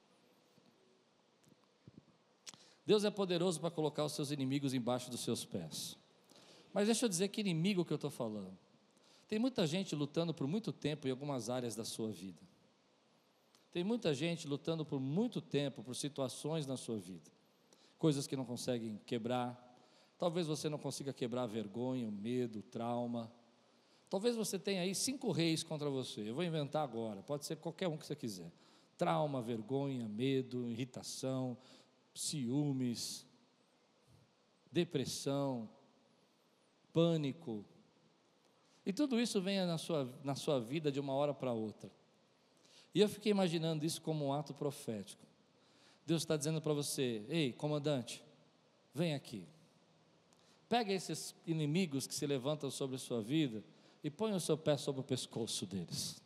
Deus é poderoso para colocar os seus inimigos embaixo dos seus pés. Mas deixa eu dizer que inimigo que eu estou falando. Tem muita gente lutando por muito tempo em algumas áreas da sua vida. Tem muita gente lutando por muito tempo por situações na sua vida. Coisas que não conseguem quebrar. Talvez você não consiga quebrar a vergonha, o medo, o trauma. Talvez você tenha aí 5 reis contra você. Eu vou inventar agora, pode ser qualquer um que você quiser. Trauma, vergonha, medo, irritação, ciúmes, depressão, pânico. E tudo isso vem na sua vida de uma hora para outra. E eu fiquei imaginando isso como um ato profético. Deus está dizendo para você: ei, comandante, vem aqui. Pega esses inimigos que se levantam sobre a sua vida e põe o seu pé sobre o pescoço deles.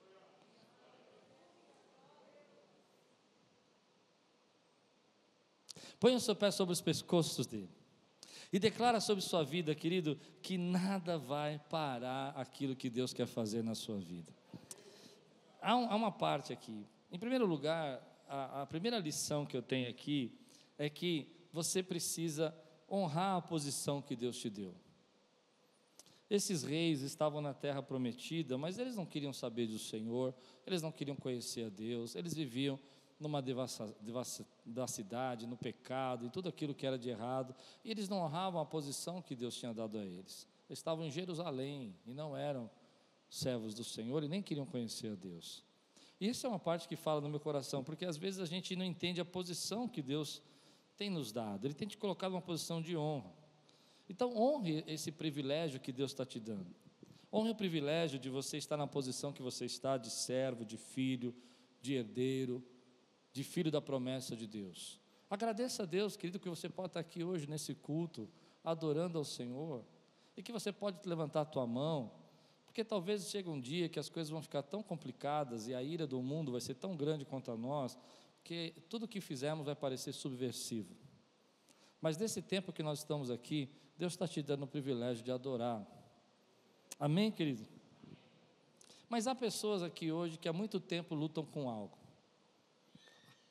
Põe o seu pé sobre os pescoços dele. E declara sobre sua vida, querido, que nada vai parar aquilo que Deus quer fazer na sua vida. Há uma parte aqui. Em primeiro lugar, a primeira lição que eu tenho aqui é que você precisa honrar a posição que Deus te deu. Esses reis estavam na terra prometida, mas eles não queriam saber do Senhor, eles não queriam conhecer a Deus, eles viviam numa devassidade, no pecado, em tudo aquilo que era de errado, e eles não honravam a posição que Deus tinha dado a eles. Eles estavam em Jerusalém e não eram servos do Senhor e nem queriam conhecer a Deus. E isso é uma parte que fala no meu coração, porque às vezes a gente não entende a posição que Deus tem nos dado. Ele tem te colocado numa posição de honra. Então honre esse privilégio que Deus está te dando. Honre o privilégio de você estar na posição que você está, de servo, de filho, de herdeiro, de filho da promessa de Deus. Agradeça a Deus, querido, que você pode estar aqui hoje nesse culto, adorando ao Senhor, e que você pode levantar a tua mão, porque talvez chegue um dia que as coisas vão ficar tão complicadas e a ira do mundo vai ser tão grande contra nós, que tudo que fizermos vai parecer subversivo. Mas nesse tempo que nós estamos aqui, Deus está te dando o privilégio de adorar. Amém, querido? Mas há pessoas aqui hoje que há muito tempo lutam com algo.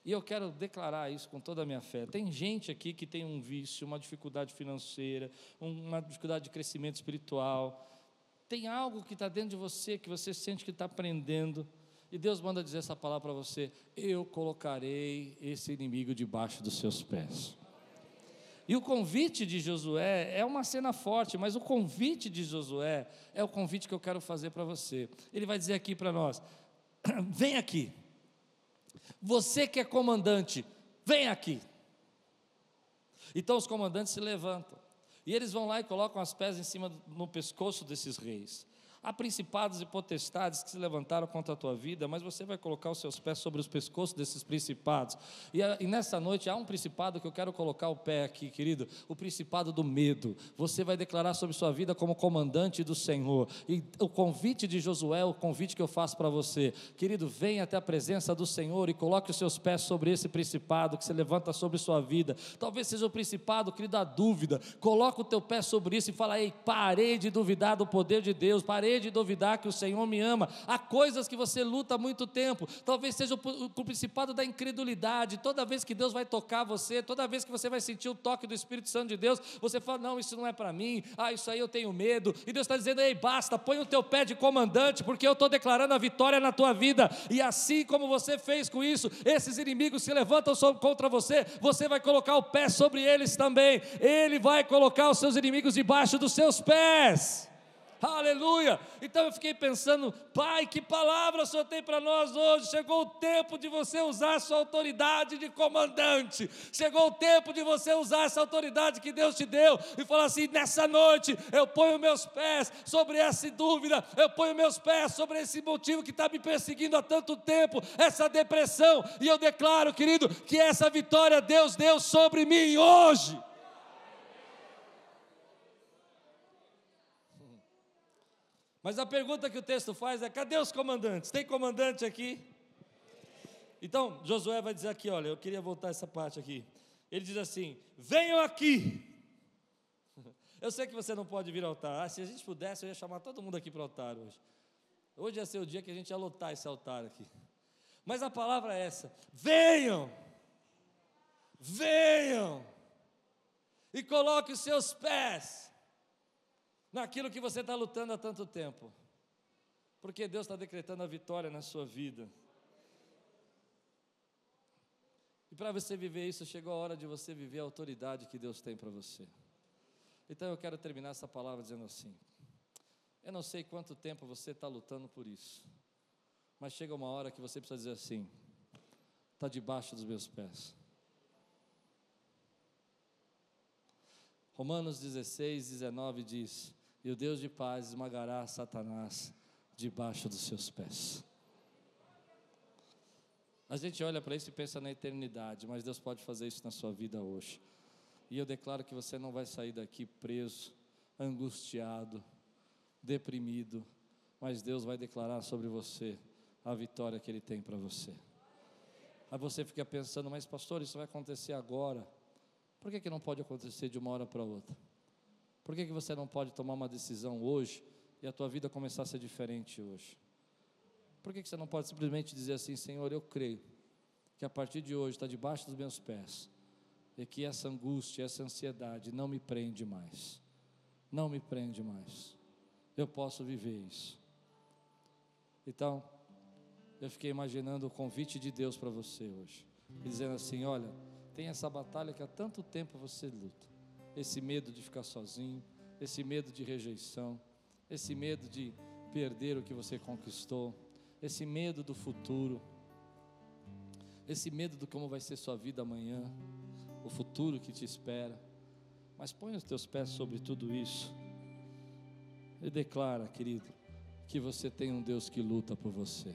E eu quero declarar isso com toda a minha fé. Tem gente aqui que tem um vício, uma dificuldade financeira, uma dificuldade de crescimento espiritual. Tem algo que está dentro de você, que você sente que está aprendendo. E Deus manda dizer essa palavra para você: eu colocarei esse inimigo debaixo dos seus pés. E o convite de Josué é uma cena forte, mas o convite de Josué é o convite que eu quero fazer para você. Ele vai dizer aqui para nós: vem aqui. Você que é comandante, vem aqui. Então os comandantes se levantam, e eles vão lá e colocam as pés em cima no pescoço desses reis. Há principados e potestades que se levantaram contra a tua vida, mas você vai colocar os seus pés sobre os pescoços desses principados. E nessa noite há um principado que eu quero colocar o pé aqui, querido, o principado do medo. Você vai declarar sobre sua vida como comandante do Senhor. E o convite de Josué é o convite que eu faço para você. Querido, venha até a presença do Senhor e coloque os seus pés sobre esse principado que se levanta sobre sua vida. Talvez seja o principado, querido, da dúvida. Coloca o teu pé sobre isso e fala: ei, parei de duvidar do poder de Deus, parei de duvidar que o Senhor me ama. Há coisas que você luta há muito tempo, talvez seja o principado da incredulidade. Toda vez que Deus vai tocar você, toda vez que você vai sentir o toque do Espírito Santo de Deus, você fala: não, isso não é para mim, isso aí eu tenho medo. E Deus está dizendo: ei, basta, põe o teu pé de comandante, porque eu estou declarando a vitória na tua vida. E assim como você fez com isso, esses inimigos se levantam contra você, você vai colocar o pé sobre eles também. Ele vai colocar os seus inimigos debaixo dos seus pés. Aleluia. Então eu fiquei pensando: Pai, que palavra o Senhor tem para nós hoje? Chegou o tempo de você usar a sua autoridade de comandante. Chegou o tempo de você usar essa autoridade que Deus te deu e falar assim: nessa noite eu ponho meus pés sobre essa dúvida, eu ponho meus pés sobre esse motivo que está me perseguindo há tanto tempo, essa depressão, e eu declaro, querido, que essa vitória Deus deu sobre mim hoje. Mas a pergunta que o texto faz é: cadê os comandantes? Tem comandante aqui? Então Josué vai dizer aqui, olha, eu queria voltar essa parte aqui. Ele diz assim: venham aqui. Eu sei que você não pode vir ao altar. Se a gente pudesse, eu ia chamar todo mundo aqui para o altar hoje. Hoje ia ser o dia que a gente ia lotar esse altar aqui. Mas a palavra é essa: venham, venham, e coloque os seus pés naquilo que você está lutando há tanto tempo, porque Deus está decretando a vitória na sua vida. E para você viver isso, chegou a hora de você viver a autoridade que Deus tem para você. Então eu quero terminar essa palavra dizendo assim: eu não sei quanto tempo você está lutando por isso, mas chega uma hora que você precisa dizer assim: está debaixo dos meus pés. Romanos 16, 19 diz: e o Deus de paz esmagará Satanás debaixo dos seus pés. A gente olha para isso e pensa na eternidade, mas Deus pode fazer isso na sua vida hoje. E eu declaro que você não vai sair daqui preso, angustiado, deprimido, mas Deus vai declarar sobre você a vitória que Ele tem para você. Aí você fica pensando: mas pastor, isso vai acontecer agora. Por que não pode acontecer de uma hora para outra? Por que você não pode tomar uma decisão hoje e a tua vida começar a ser diferente hoje? Por que você não pode simplesmente dizer assim: Senhor, eu creio que a partir de hoje está debaixo dos meus pés, e que essa angústia, essa ansiedade não me prende mais, não me prende mais, eu posso viver isso. Então, eu fiquei imaginando o convite de Deus para você hoje, dizendo assim: olha, tem essa batalha que há tanto tempo você luta, esse medo de ficar sozinho, esse medo de rejeição, esse medo de perder o que você conquistou, esse medo do futuro, esse medo do como vai ser sua vida amanhã, o futuro que te espera. Mas põe os teus pés sobre tudo isso e declara, querido, que você tem um Deus que luta por você.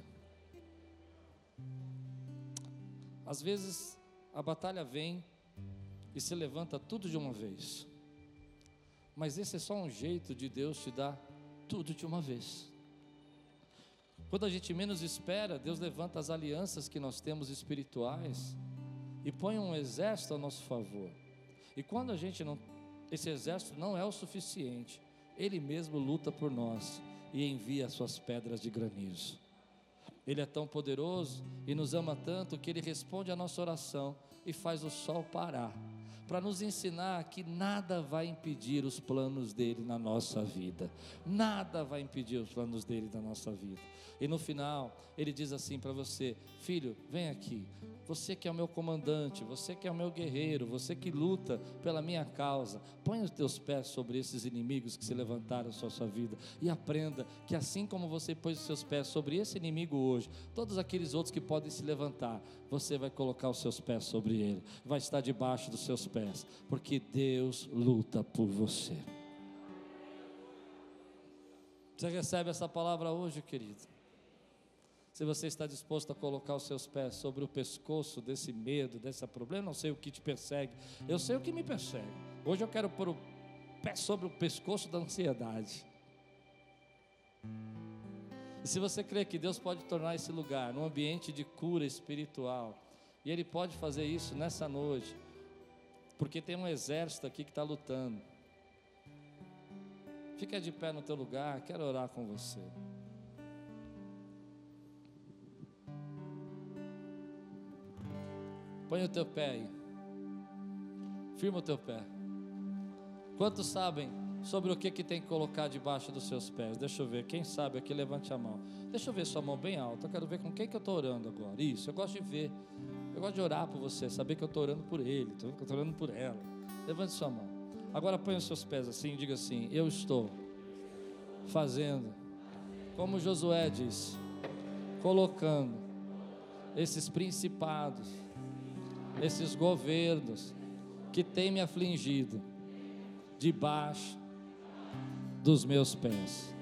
Às vezes a batalha vem e se levanta tudo de uma vez, mas esse é só um jeito de Deus te dar tudo de uma vez. Quando a gente menos espera, Deus levanta as alianças que nós temos espirituais e põe um exército a nosso favor. E quando a gente não, esse exército não é o suficiente, Ele mesmo luta por nós e envia as suas pedras de granizo. Ele é tão poderoso e nos ama tanto que Ele responde a nossa oração e faz o sol parar, para nos ensinar que nada vai impedir os planos dele na nossa vida. Nada vai impedir os planos dele na nossa vida. E no final, ele diz assim para você: filho, vem aqui. Você que é o meu comandante, você que é o meu guerreiro, você que luta pela minha causa, põe os teus pés sobre esses inimigos que se levantaram sobre a sua vida e aprenda que assim como você pôs os seus pés sobre esse inimigo hoje, todos aqueles outros que podem se levantar, você vai colocar os seus pés sobre ele, vai estar debaixo dos seus pés, porque Deus luta por você. Você recebe essa palavra hoje, querido? Se você está disposto a colocar os seus pés sobre o pescoço desse medo, desse problema, não sei o que te persegue, eu sei o que me persegue. Hoje eu quero pôr o pé sobre o pescoço da ansiedade. E se você crê que Deus pode tornar esse lugar um ambiente de cura espiritual, e Ele pode fazer isso nessa noite, porque tem um exército aqui que está lutando. Fica de pé no teu lugar, quero orar com você. Põe o teu pé aí, firma o teu pé. Quantos sabem sobre o que tem que colocar debaixo dos seus pés? Deixa eu ver, quem sabe aqui, levante a mão. Deixa eu ver sua mão bem alta, eu quero ver com quem que eu estou orando agora. Isso, eu gosto de ver, eu gosto de orar por você, saber que eu estou orando por ele, que eu estou orando por ela. Levante sua mão, agora põe os seus pés assim e diga assim: eu estou fazendo, como Josué disse, colocando esses principados, esses governos que têm me afligido debaixo dos meus pés.